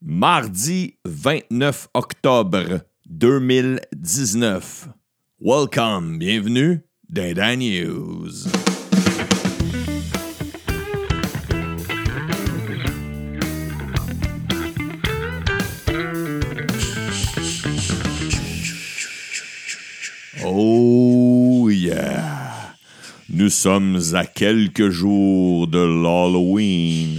Mardi 29 octobre 2019. Welcome, bienvenue dans Dan News. Oh yeah! Nous sommes à quelques jours de l'Halloween.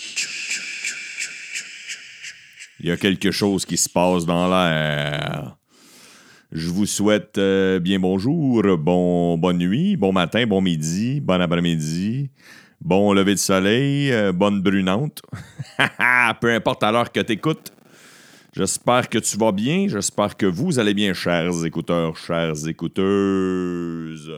Il y a quelque chose qui se passe dans l'air. Je vous souhaite bien bonjour, bonne nuit, bon matin, bon midi, bon après-midi, bon lever de soleil, bonne brunante. Peu importe à l'heure que tu écoutes. J'espère que tu vas bien. J'espère que vous allez bien, chers écouteurs, chères écouteuses.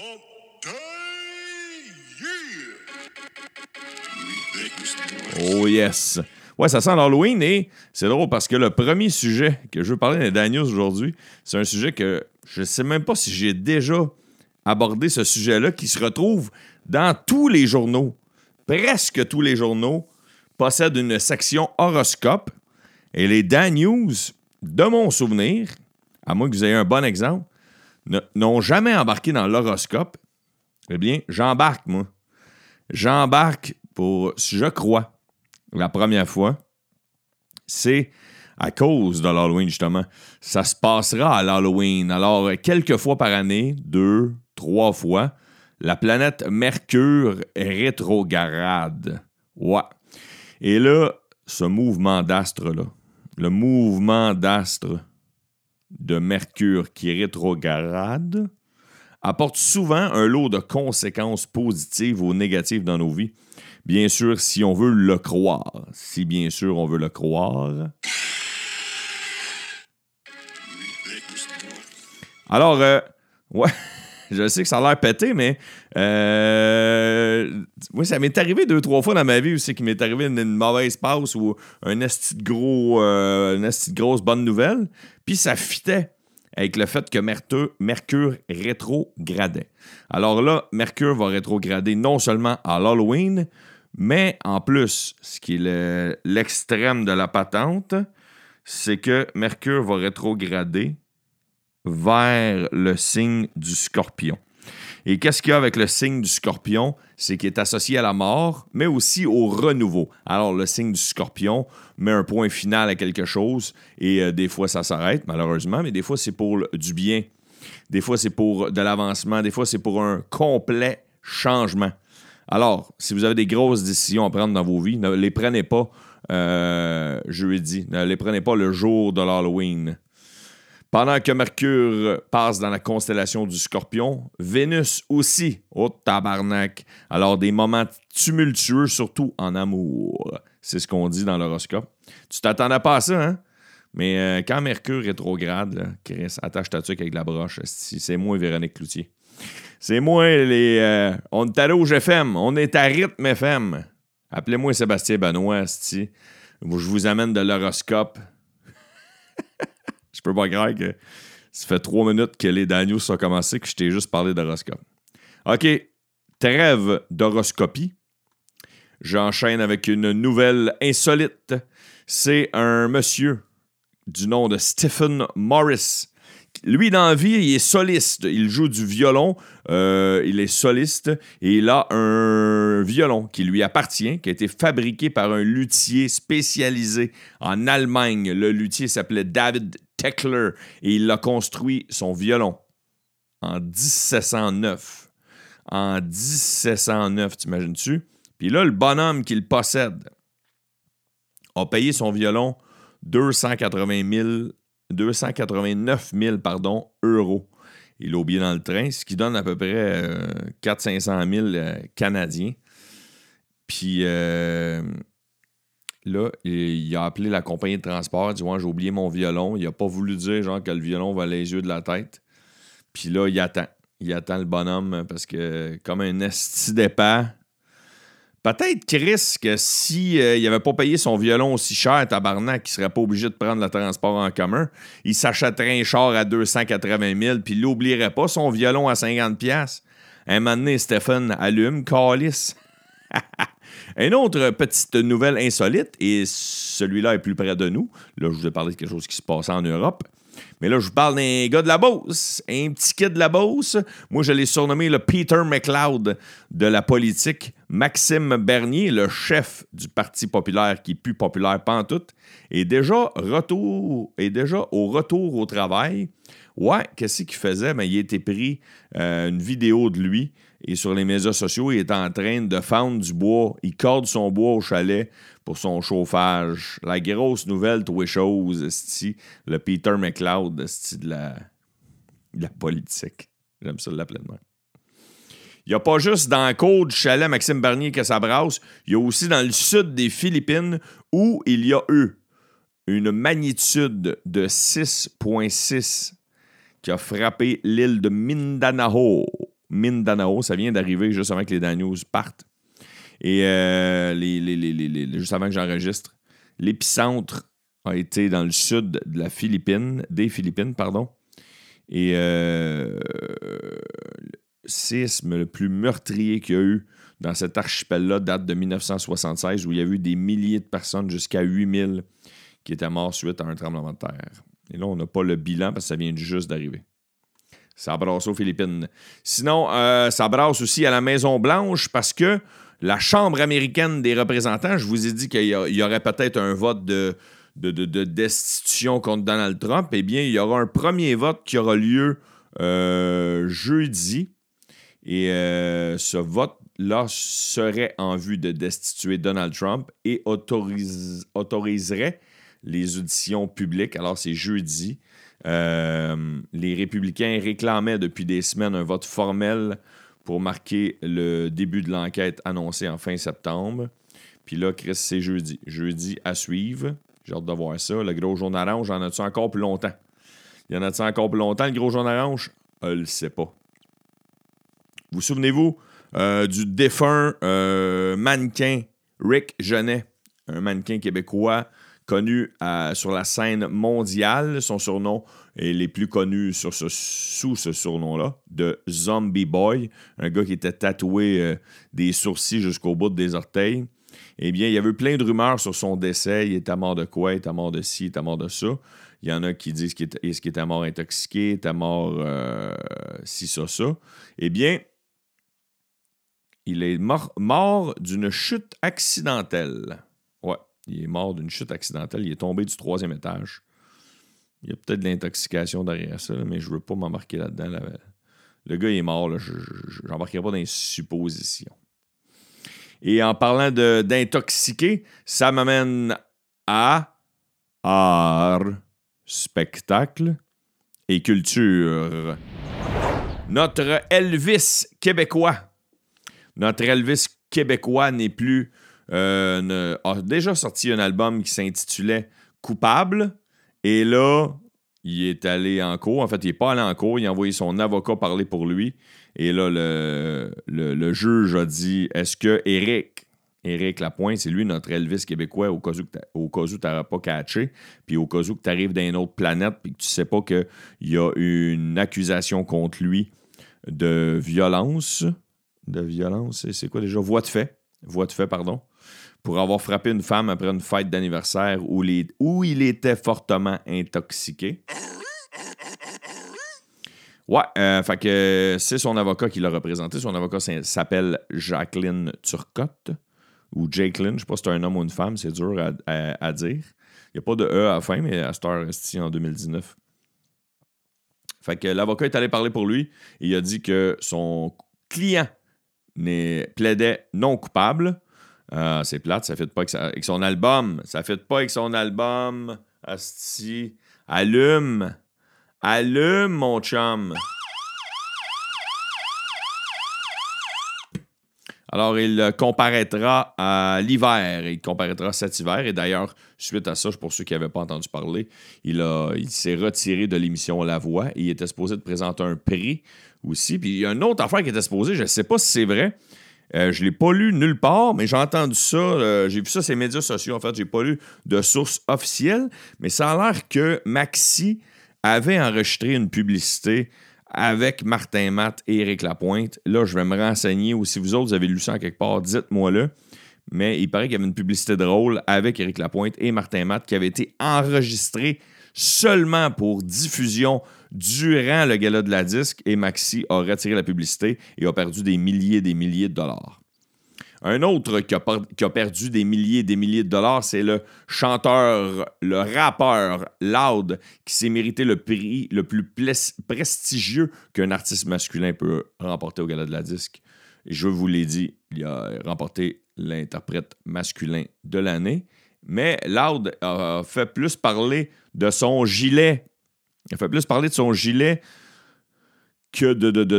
Oh yes! Ouais, ça sent l'Halloween et c'est drôle parce que le premier sujet que je veux parler dans Dan News aujourd'hui, c'est un sujet que je ne sais même pas si j'ai déjà abordé ce sujet-là qui se retrouve dans tous les journaux. Presque tous les journaux possèdent une section horoscope et les Dan News, de mon souvenir, à moins que vous ayez un bon exemple, n'ont jamais embarqué dans l'horoscope. Eh bien, j'embarque, moi. J'embarque pour, je crois, la première fois, c'est à cause de l'Halloween, justement. Ça se passera à l'Halloween. Alors, quelques fois par année, 2, 3 fois, la planète Mercure rétrograde. Ouais. Et là, ce mouvement d'astre-là, le mouvement d'astre de Mercure qui rétrograde, apporte souvent un lot de conséquences positives ou négatives dans nos vies. Bien sûr, si on veut le croire. Si bien sûr on veut le croire. Alors, ouais, je sais que ça a l'air pété, mais oui, ça m'est arrivé 2-3 fois dans ma vie où c'est qu'il m'est arrivé une mauvaise passe ou une esti de grosse bonne nouvelle. Puis ça fitait avec le fait que Mercure rétrogradait. Alors là, Mercure va rétrograder non seulement à l'Halloween, mais en plus, ce qui est l'extrême de la patente, c'est que Mercure va rétrograder vers le signe du Scorpion. Et qu'est-ce qu'il y a avec le signe du Scorpion? C'est qu'il est associé à la mort, mais aussi au renouveau. Alors, le signe du Scorpion met un point final à quelque chose, et des fois, ça s'arrête, malheureusement, mais des fois, c'est pour du bien. Des fois, c'est pour de l'avancement. Des fois, c'est pour un complet changement. Alors, si vous avez des grosses décisions à prendre dans vos vies, ne les prenez pas jeudi. Ne les prenez pas le jour de l'Halloween. Pendant que Mercure passe dans la constellation du Scorpion, Vénus aussi, oh tabarnak. Alors, des moments tumultueux, surtout en amour. C'est ce qu'on dit dans l'horoscope. Tu t'attendais pas à ça, hein? Mais quand Mercure rétrograde, là, Chris, attache ta tuque avec la broche. C'est moi Véronique Cloutier. C'est moi on est à Rouge FM. On est à Rythme FM. Appelez-moi Sébastien Benoît, je vous amène de l'horoscope. Je peux pas croire que ça fait 3 minutes que les Dan News sont commencés que je t'ai juste parlé d'horoscope. OK, trêve d'horoscopie. J'enchaîne avec une nouvelle insolite. C'est un monsieur du nom de Stephen Morris. Lui, dans la vie, il est soliste. Il joue du violon. Il est soliste. Et il a un violon qui lui appartient, qui a été fabriqué par un luthier spécialisé en Allemagne. Le luthier s'appelait David Tekler. Et il a construit son violon en 1709. En 1709, t'imagines-tu? Puis là, le bonhomme qui le possède a payé son violon 289 000 euros. Il l'a oublié dans le train, ce qui donne à peu près 400-500 000 Canadiens. Puis là, il a appelé la compagnie de transport. Il dit « Ouais, j'ai oublié mon violon. » Il n'a pas voulu dire genre que le violon va les yeux de la tête. Puis là, il attend. Il attend le bonhomme parce que, comme un esti d'épais, peut-être, Chris, que si il n'avait pas payé son violon aussi cher, tabarnak, il serait pas obligé de prendre le transport en commun. Il s'achèterait un char à 280 000, puis il n'oublierait pas son violon à 50 $. Un moment donné, Stephen allume, calice. Une autre petite nouvelle insolite, et celui-là est plus près de nous. Là, je vous ai parlé de quelque chose qui se passait en Europe. Mais là, je vous parle d'un gars de la Beauce, un petit kid de la Beauce. Moi, je l'ai surnommé le Peter McLeod de la politique. Maxime Bernier, le chef du Parti populaire, qui est plus populaire pantoute, est déjà au retour au travail. Ouais, qu'est-ce qu'il faisait? Ben, il a été pris une vidéo de lui et sur les médias sociaux, il est en train de fendre du bois. Il corde son bois au chalet pour son chauffage. La grosse nouvelle, tous les choses, le Peter McLeod de la politique. J'aime ça l'appeler de même. Il n'y a pas juste dans le cours du chalet Maxime Bernier que ça brasse, il y a aussi dans le sud des Philippines où il y a eu une magnitude de 6,6 qui a frappé l'île de Mindanao. Mindanao, ça vient d'arriver juste avant que les Dan News partent. Et juste avant que j'enregistre, l'épicentre a été dans le sud des Philippines. Et le séisme le plus meurtrier qu'il y a eu dans cet archipel-là date de 1976, où il y a eu des milliers de personnes, jusqu'à 8000, qui étaient morts suite à un tremblement de terre. Et là, on n'a pas le bilan parce que ça vient juste d'arriver. Ça brasse aux Philippines. Sinon, ça brasse aussi à la Maison-Blanche parce que la Chambre américaine des représentants, je vous ai dit qu'il y aurait peut-être un vote de destitution contre Donald Trump. Eh bien, il y aura un premier vote qui aura lieu jeudi. Et ce vote-là serait en vue de destituer Donald Trump et autoriserait les auditions publiques. Alors, c'est jeudi. Les républicains réclamaient depuis des semaines un vote formel pour marquer le début de l'enquête annoncée en fin septembre. Puis là, Chris, c'est jeudi. Jeudi à suivre. J'ai hâte de voir ça. Le gros jaune orange, en a-tu encore plus longtemps? Y en a-tu encore plus longtemps, le gros jaune orange? Je le sais pas. Vous souvenez-vous du défunt mannequin Rick Genet, un mannequin québécois connu sur la scène mondiale. Son surnom est les plus connus sous ce surnom-là, de Zombie Boy, un gars qui était tatoué des sourcils jusqu'au bout des orteils. Eh bien, il y avait eu plein de rumeurs sur son décès. Il était mort de quoi? Il était mort de ci, il était mort de ça. Il y en a qui disent qu'il était mort intoxiqué, il était mort ci, ça. Eh bien, il est mort d'une chute accidentelle. Ouais, il est mort d'une chute accidentelle. Il est tombé du 3e étage. Il y a peut-être de l'intoxication derrière ça, mais je ne veux pas m'embarquer là-dedans. Le gars, il est mort. Là. Je n'embarquerai pas dans les suppositions. Et en parlant d'intoxiquer, ça m'amène à art, spectacle et culture. Notre Elvis québécois. Notre Elvis québécois n'est plus... a déjà sorti un album qui s'intitulait « Coupable ». Et là, il est allé en cours. En fait, il n'est pas allé en cours. Il a envoyé son avocat parler pour lui. Et là, le juge a dit, est-ce que Éric Lapointe, c'est lui notre Elvis québécois, au cas où tu n'auras pas catché, puis au cas où tu arrives d'une autre planète, puis que tu ne sais pas qu'il y a une accusation contre lui de violence. De violence, c'est quoi déjà? Voie de fait, pardon. Pour avoir frappé une femme après une fête d'anniversaire où il était fortement intoxiqué. Ouais, fait que c'est son avocat qui l'a représenté. Son avocat s'appelle Jacqueline Turcotte ou Jacqueline. Je ne sais pas si c'est un homme ou une femme, c'est dur à dire. Il n'y a pas de E à la fin, mais à cette heure, c'est en 2019. Fait que l'avocat est allé parler pour lui et il a dit que son client plaidait non coupable. C'est plate, ça ne fit pas avec son album. Ça ne fit pas avec son album. Asti. Allume, mon chum. Alors, il comparaîtra à l'hiver. Il comparaîtra cet hiver. Et d'ailleurs, suite à ça, pour ceux qui n'avaient pas entendu parler, il s'est retiré de l'émission La Voix. Et il était supposé de présenter un prix aussi. Puis il y a une autre affaire qui était supposée, je ne sais pas si c'est vrai. Je ne l'ai pas lu nulle part, mais j'ai entendu ça. J'ai vu ça sur les médias sociaux. En fait, j'ai pas lu de source officielle. Mais ça a l'air que Maxi avait enregistré une publicité avec Martin Matt et Éric Lapointe. Là, je vais me renseigner, ou si vous autres, vous avez lu ça en quelque part, dites-moi-le. Mais il paraît qu'il y avait une publicité de rôle avec Éric Lapointe et Martin Matt qui avait été enregistrée seulement pour diffusion durant le gala de la disque, et Maxi a retiré la publicité et a perdu des milliers de dollars. Un autre qui a perdu des milliers de dollars, c'est le chanteur, le rappeur Loud, qui s'est mérité le prix le plus prestigieux qu'un artiste masculin peut remporter au gala de la disque. Et je vous l'ai dit, il a remporté l'interprète masculin de l'année. Mais Loud a fait plus parler de son gilet. Il a fait plus parler de son gilet que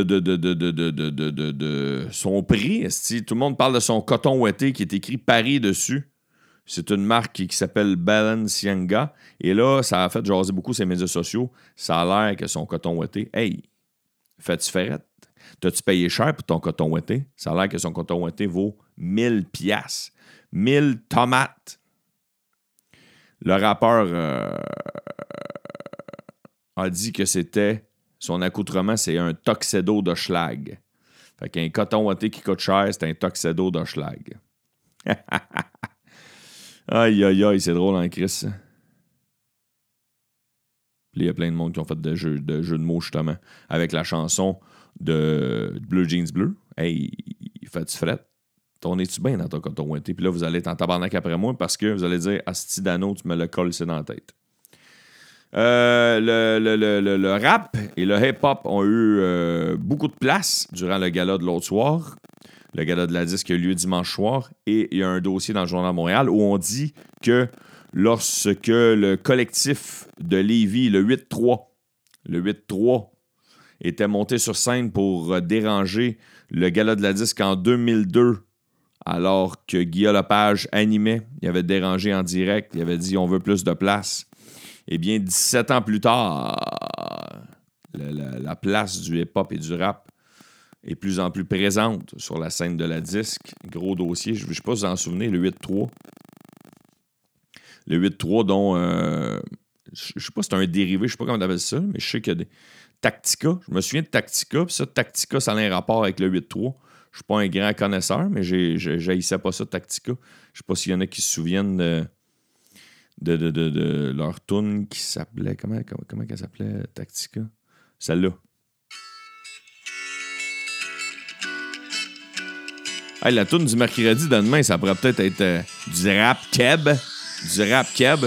de son prix. Tout le monde parle de son coton ouaté qui est écrit Paris dessus. C'est une marque qui s'appelle Balenciaga. Et là, ça a fait jaser beaucoup ses médias sociaux. Ça a l'air que son coton ouaté... Hey, fais-tu ferrette? T'as-tu payé cher pour ton coton ouaté? Ça a l'air que son coton ouaté vaut 1000 piastres. 1000 tomates. Le rappeur a dit que c'était... Son accoutrement, c'est un tuxedo de schlag. Fait qu'un coton ouaté qui coûte cher, c'est un tuxedo de schlag. Aïe, aïe, aïe, c'est drôle en Christ. Puis il y a plein de monde qui ont fait des jeux de mots, justement, avec la chanson de Bleu Jeans Bleu. Hey, fais-tu fret? Tournes-tu bien dans ton coton ouaté? Puis là, vous allez être en tabarnak après moi parce que vous allez dire « Asti d'anneau, tu me le colles, c'est dans la tête. » Le rap et le hip-hop ont eu beaucoup de place durant le gala de l'autre soir. Le gala de la disque a eu lieu dimanche soir. Et il y a un dossier dans le Journal de Montréal où on dit que lorsque le collectif de Lévis, le 8-3, était monté sur scène pour déranger le gala de la disque en 2002, alors que Guillaume Lepage animait, il avait dérangé en direct, il avait dit « On veut plus de place ». Eh bien, 17 ans plus tard, la place du hip-hop et du rap est plus en plus présente sur la scène de la disque. Gros dossier, je ne sais pas si vous en souvenez, le 8-3. Le 8-3 dont, je ne sais pas si c'est un dérivé, je ne sais pas comment on appelle ça, mais je sais qu'il y a des... Tactica, je me souviens de Tactica, puis ça, Tactica, ça a un rapport avec le 8-3. Je ne suis pas un grand connaisseur, mais j'haïssais pas ça, Tactica. Je ne sais pas s'il y en a qui se souviennent de leur tune qui s'appelait... Comment elle s'appelait, Tactica? Celle-là. Hey, la tune du mercredi de demain, ça pourrait peut-être être du rap keb. Du rap keb.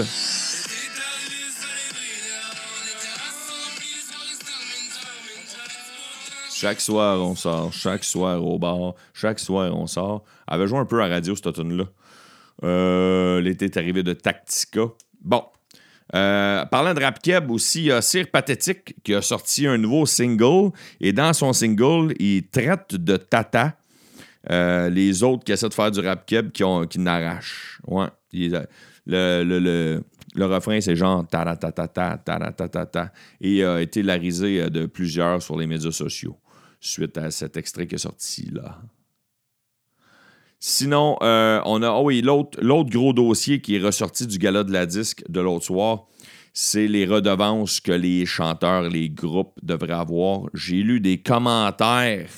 Chaque soir, on sort. Chaque soir, au bar. Chaque soir, on sort. Elle avait joué un peu à la radio, cette tune-là. L'été est arrivé de Tactica. Bon. Parlant de rap keb aussi, il y a Cire Pathétique qui a sorti un nouveau single. Et dans son single, il traite de tata les autres qui essaient de faire du rap keb qui n'arrachent. Ouais. Le refrain, c'est genre ta-ra-ta-ta-ta, ta-ra-ta-ta-ta. Et a été larisé de plusieurs sur les médias sociaux suite à cet extrait qui est sorti là. Sinon, on a l'autre gros dossier qui est ressorti du gala de la disque de l'autre soir, c'est les redevances que les chanteurs, les groupes devraient avoir. J'ai lu des commentaires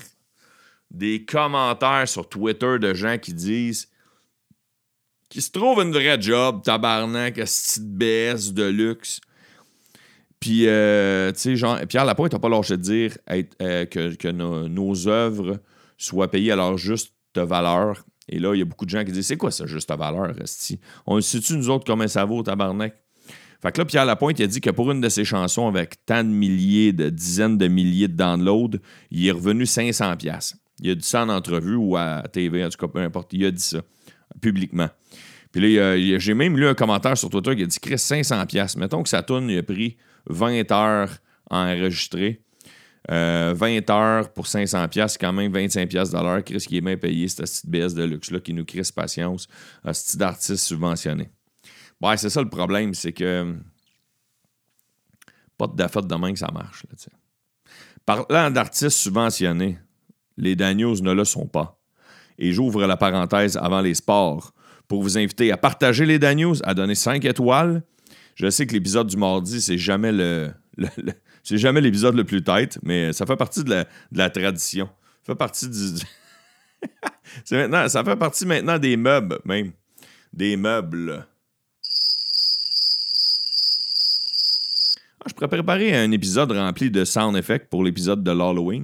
sur Twitter de gens qui disent qui se trouvent une vraie job, tabarnak, asti de baisse de luxe. Puis, tu sais, genre, Pierre Lapointe n'a pas lâché de dire que nos œuvres soient payées à leur juste valeur. Et là, il y a beaucoup de gens qui disent « C'est quoi ça, juste valeur, esti? On le sait-tu, nous autres, comment ça vaut, tabarnak? » Fait que là, Pierre Lapointe, il a dit que pour une de ses chansons avec tant de milliers, de dizaines de milliers de downloads, il est revenu 500$. Il a dit ça en entrevue ou à TV, en tout cas, peu importe. Il a dit ça, publiquement. Puis là, j'ai même lu un commentaire sur Twitter qui a dit « Chris, 500$. Mettons que sa tourne, il a pris 20 heures à enregistrer. 20 heures pour 500$, c'est quand même 25$. Chris qui est bien payé, cette petite BS de luxe-là qui nous crisse patience. Un style d'artiste subventionné. Ouais, c'est ça le problème, c'est que pas de défaite de main que ça marche. Là, parlant d'artistes subventionnés, les Daniels ne le sont pas. Et j'ouvre la parenthèse avant les sports pour vous inviter à partager les Daniels, à donner 5 étoiles. Je sais que l'épisode du mardi, c'est jamais C'est jamais l'épisode le plus tight, mais ça fait partie de la tradition. Ça fait partie ça fait partie maintenant des meubles, même. Des meubles. Je pourrais préparer un épisode rempli de sound effects pour l'épisode de l'Halloween.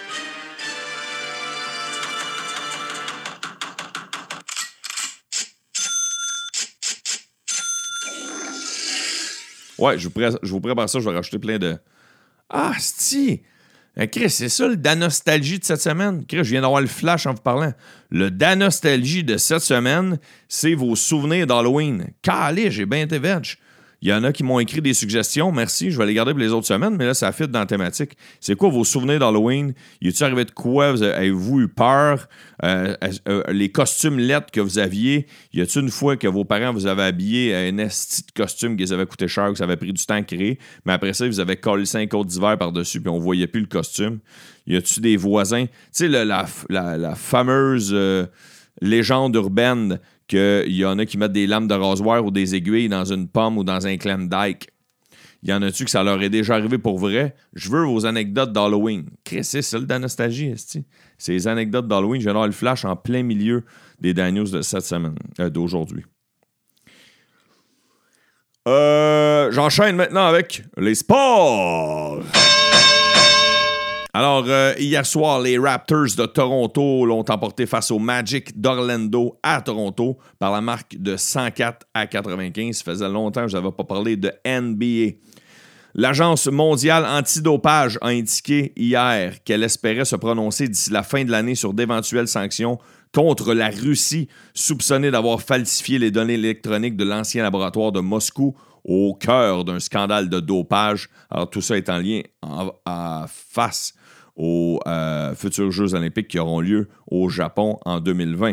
Ouais, je vous prépare ça, je vais rajouter plein de... Ah, c'ti! Chris, c'est ça le Danostalgie de cette semaine? Chris, je viens d'avoir le flash en vous parlant. Le Danostalgie de cette semaine, c'est vos souvenirs d'Halloween. Calé, j'ai bien été veg. Il y en a qui m'ont écrit des suggestions, merci, je vais les garder pour les autres semaines, mais là, ça fit dans la thématique. C'est quoi vos souvenirs d'Halloween? Y est-il arrivé de quoi? Avez-vous eu peur? Les costumes lettres que vous aviez, y a-t-il une fois que vos parents vous avaient habillé à un esti de costume qui avait coûté cher, que ça avait pris du temps à créer, mais après ça, vous avez collé 5 côtes d'hiver par-dessus, puis on voyait plus le costume? Y a-t-il des voisins? Tu sais, la fameuse légende urbaine qu'il y en a qui mettent des lames de rasoir ou des aiguilles dans une pomme ou dans un Klondike. Il y en a-tu que ça leur est déjà arrivé pour vrai? Je veux vos anecdotes d'Halloween. Chris, c'est ça le Danostalgie, esti. C'est les anecdotes d'Halloween. Je viens d'avoir le flash en plein milieu des Daniels de cette semaine, d'aujourd'hui. J'enchaîne maintenant avec les sports. Alors, hier soir, les Raptors de Toronto l'ont emporté face au Magic d'Orlando à Toronto par la marque de 104-95. Ça faisait longtemps que je n'avais pas parlé de NBA. L'Agence mondiale antidopage a indiqué hier qu'elle espérait se prononcer d'ici la fin de l'année sur d'éventuelles sanctions contre la Russie, soupçonnée d'avoir falsifié les données électroniques de l'ancien laboratoire de Moscou au cœur d'un scandale de dopage. Alors, tout ça est en lien face aux futurs Jeux olympiques qui auront lieu au Japon en 2020.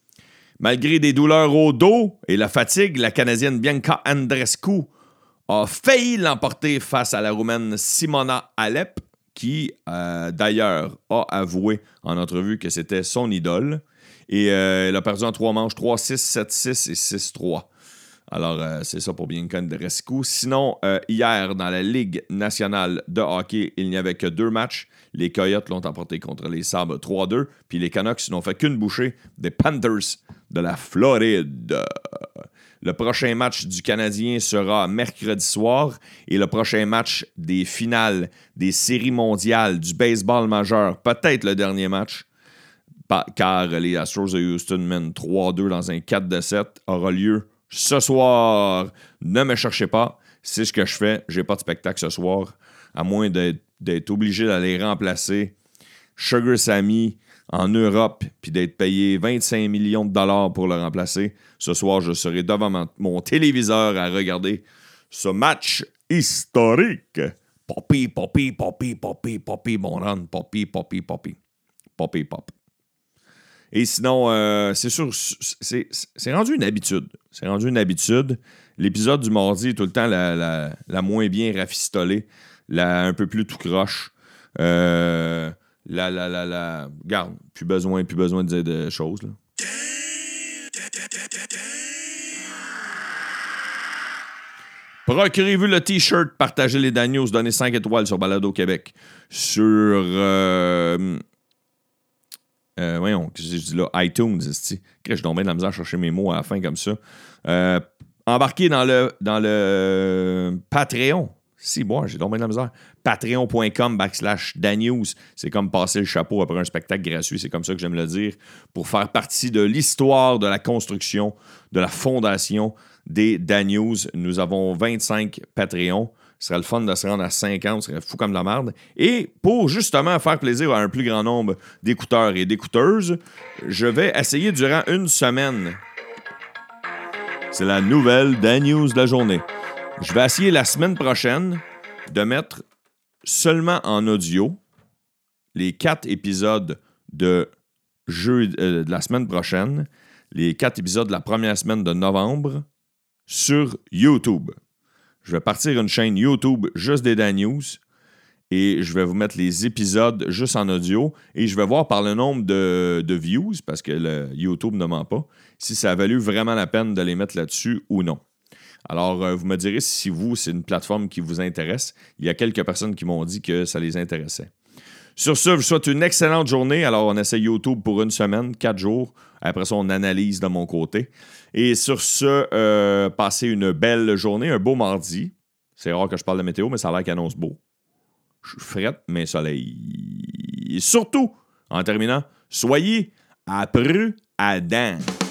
Malgré des douleurs au dos et la fatigue, la Canadienne Bianca Andreescu a failli l'emporter face à la Roumaine Simona Halep, qui, d'ailleurs, a avoué en entrevue que c'était son idole. Et elle a perdu en 3 manches, 3-6, 7-6 et 6-3. Alors, c'est ça pour Bianca Andreescu. Sinon, hier, dans la Ligue nationale de hockey, il n'y avait que 2 matchs. Les Coyotes l'ont emporté contre les Sabres 3-2, puis les Canucks n'ont fait qu'une bouchée des Panthers de la Floride. Le prochain match du Canadien sera mercredi soir et le prochain match des finales des séries mondiales du baseball majeur, peut-être le dernier match, car les Astros de Houston mènent 3-2 dans un 4-7, aura lieu ce soir. Ne me cherchez pas, c'est ce que je fais. J'ai pas de spectacle ce soir, à moins d'être obligé d'aller remplacer Sugar Sammy en Europe puis d'être payé 25 millions de dollars pour le remplacer. Ce soir, je serai devant mon téléviseur à regarder ce match historique. Poppy, poppy, poppy, poppy, poppy, mon run. Poppy, poppy, poppy. Poppy, pop. Et sinon, c'est sûr, c'est rendu une habitude. C'est rendu une habitude. L'épisode du mardi est tout le temps la moins bien rafistolée, un peu plus tout croche. Garde, plus besoin de dire de choses, là. Procurez-vous le T-shirt, partagez les Daniels, donnez 5 étoiles sur Balado Québec. Sur... voyons, qu'est-ce que je dis là? iTunes, c'est-tu? Je donne bien de la misère à chercher mes mots à la fin comme ça. Embarquez dans le Patreon. Si, bon, j'ai donc bien de la misère. Patreon.com/Danews. C'est comme passer le chapeau après un spectacle gratuit. C'est comme ça que j'aime le dire. Pour faire partie de l'histoire de la construction, de la fondation des Danews. Nous avons 25 Patreons. Ce serait le fun de se rendre à 50. Ce serait fou comme de la merde. Et pour justement faire plaisir à un plus grand nombre d'écouteurs et d'écouteuses, je vais essayer durant une semaine. C'est la nouvelle Danews de la journée. Je vais essayer la semaine prochaine de mettre seulement en audio les 4 épisodes de la semaine prochaine, les 4 épisodes de la première semaine de novembre sur YouTube. Je vais partir une chaîne YouTube juste des Danews et je vais vous mettre les épisodes juste en audio et je vais voir par le nombre de views, parce que le YouTube ne ment pas, si ça a valu vraiment la peine de les mettre là-dessus ou non. Alors, vous me direz si c'est une plateforme qui vous intéresse. Il y a quelques personnes qui m'ont dit que ça les intéressait. Sur ce, je vous souhaite une excellente journée. Alors, on essaie YouTube pour une semaine, 4 jours. Après ça, on analyse de mon côté. Et sur ce, passez une belle journée, un beau mardi. C'est rare que je parle de météo, mais ça a l'air qu'il annonce beau. Je suis frette, mais soleil. Et surtout, en terminant, soyez à prudents.